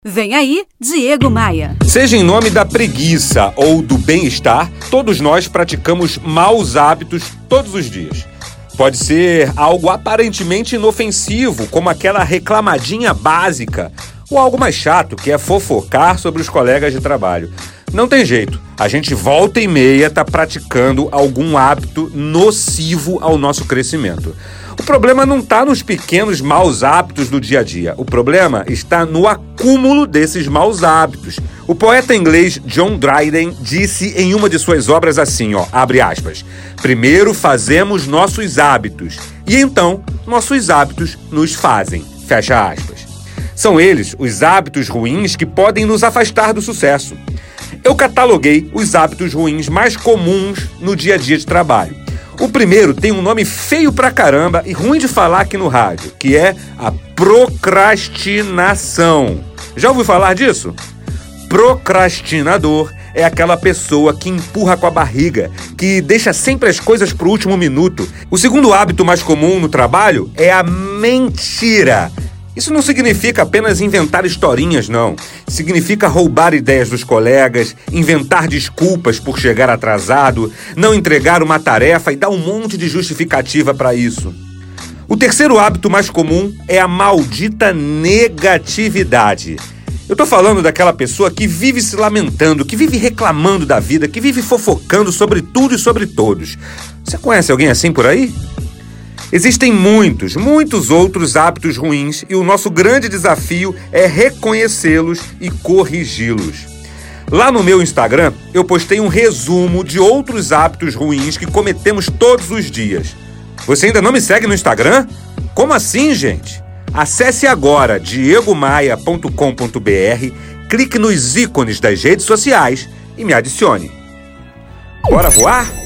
Vem aí, Diego Maia. Seja em nome da preguiça ou do bem-estar, todos nós praticamos maus hábitos todos os dias. Pode ser algo aparentemente inofensivo, como aquela reclamadinha básica, ou algo mais chato, que é fofocar sobre os colegas de trabalho. Não tem jeito, a gente volta e meia tá praticando algum hábito nocivo ao nosso crescimento. O problema não está nos pequenos maus hábitos do dia a dia. O problema está no acúmulo desses maus hábitos. O poeta inglês John Dryden disse em uma de suas obras assim, abre aspas, primeiro fazemos nossos hábitos e então nossos hábitos nos fazem, fecha aspas. São eles, os hábitos ruins, que podem nos afastar do sucesso. Eu cataloguei os hábitos ruins mais comuns no dia a dia de trabalho. O primeiro tem um nome feio pra caramba e ruim de falar aqui no rádio, que é a procrastinação. Já ouviu falar disso? Procrastinador é aquela pessoa que empurra com a barriga, que deixa sempre as coisas pro último minuto. O segundo hábito mais comum no trabalho é a mentira. Isso não significa apenas inventar historinhas, não. Significa roubar ideias dos colegas, inventar desculpas por chegar atrasado, não entregar uma tarefa e dar um monte de justificativa para isso. O terceiro hábito mais comum é a maldita negatividade. Eu tô falando daquela pessoa que vive se lamentando, que vive reclamando da vida, que vive fofocando sobre tudo e sobre todos. Você conhece alguém assim por aí? Existem muitos outros hábitos ruins e o nosso grande desafio é reconhecê-los e corrigi-los. Lá no meu Instagram, eu postei um resumo de outros hábitos ruins que cometemos todos os dias. Você ainda não me segue no Instagram? Como assim, gente? Acesse agora diegomaia.com.br, clique nos ícones das redes sociais e me adicione. Bora voar?